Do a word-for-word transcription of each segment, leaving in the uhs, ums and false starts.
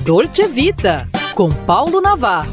Dolce Vita, com Paulo Navarro.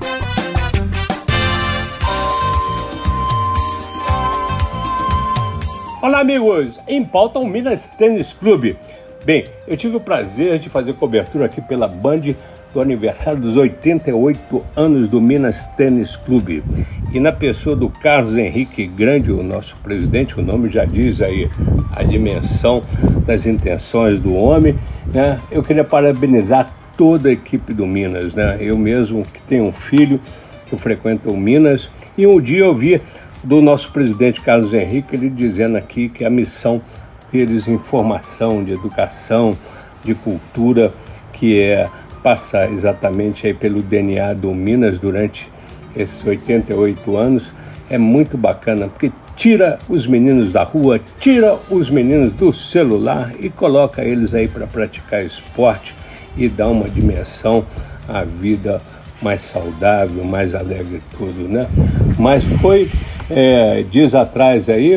Olá, amigos! Em pauta, o Minas Tênis Clube. Bem, eu tive o prazer de fazer cobertura aqui pela Band do aniversário dos oitenta e oito anos do Minas Tênis Clube. E na pessoa do Carlos Henrique Grande, o nosso presidente, o nome já diz aí a dimensão das intenções do homem, né? Eu queria parabenizar toda a equipe do Minas, né? Eu mesmo que tenho um filho que frequenta o Minas, e um dia eu vi do nosso presidente Carlos Henrique, ele dizendo aqui que a missão deles em formação, de educação, de cultura, que é passar exatamente aí pelo D N A do Minas durante esses oitenta e oito anos, é muito bacana, porque tira os meninos da rua, tira os meninos do celular e coloca eles aí para praticar esporte e dá uma dimensão à vida mais saudável, mais alegre tudo, né? Mas foi é, dias atrás aí,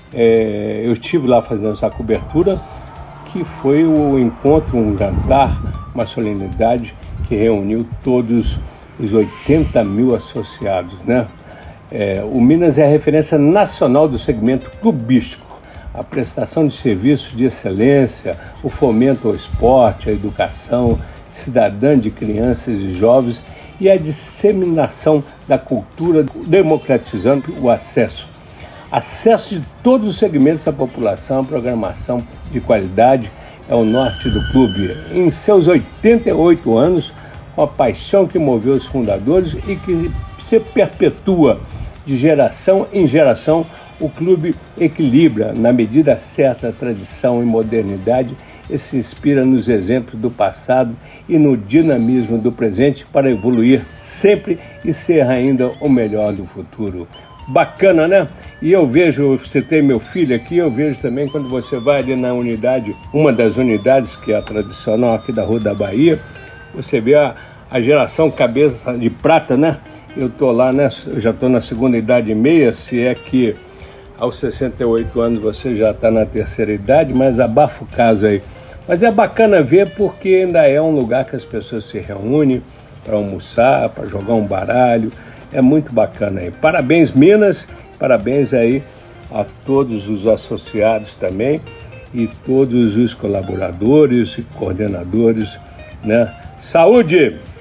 é, eu estive lá fazendo essa cobertura, que foi o encontro, um jantar, uma solenidade que reuniu todos os oitenta mil associados, né? É, o Minas é a referência nacional do segmento clubístico, a prestação de serviços de excelência, o fomento ao esporte, à educação cidadã de crianças e jovens e a disseminação da cultura, democratizando o acesso. Acesso de todos os segmentos da população à programação de qualidade é o norte do clube. Em seus oitenta e oito anos, com a paixão que moveu os fundadores e que se perpetua de geração em geração, o clube equilibra, na medida certa, a tradição e modernidade e se inspira nos exemplos do passado e no dinamismo do presente para evoluir sempre e ser ainda o melhor do futuro. Bacana, né? E eu vejo, você tem meu filho aqui, eu vejo também quando você vai ali na unidade, uma das unidades que é a tradicional aqui da Rua da Bahia, você vê a, a geração cabeça de prata, né? Eu tô lá, né? Eu já tô na segunda idade e meia, se é que aos sessenta e oito anos você já está na terceira idade, mas abafa o caso aí. Mas é bacana ver porque ainda é um lugar que as pessoas se reúnem para almoçar, para jogar um baralho. É muito bacana aí. Parabéns, Minas, parabéns aí a todos os associados também e todos os colaboradores e coordenadores, né? Saúde!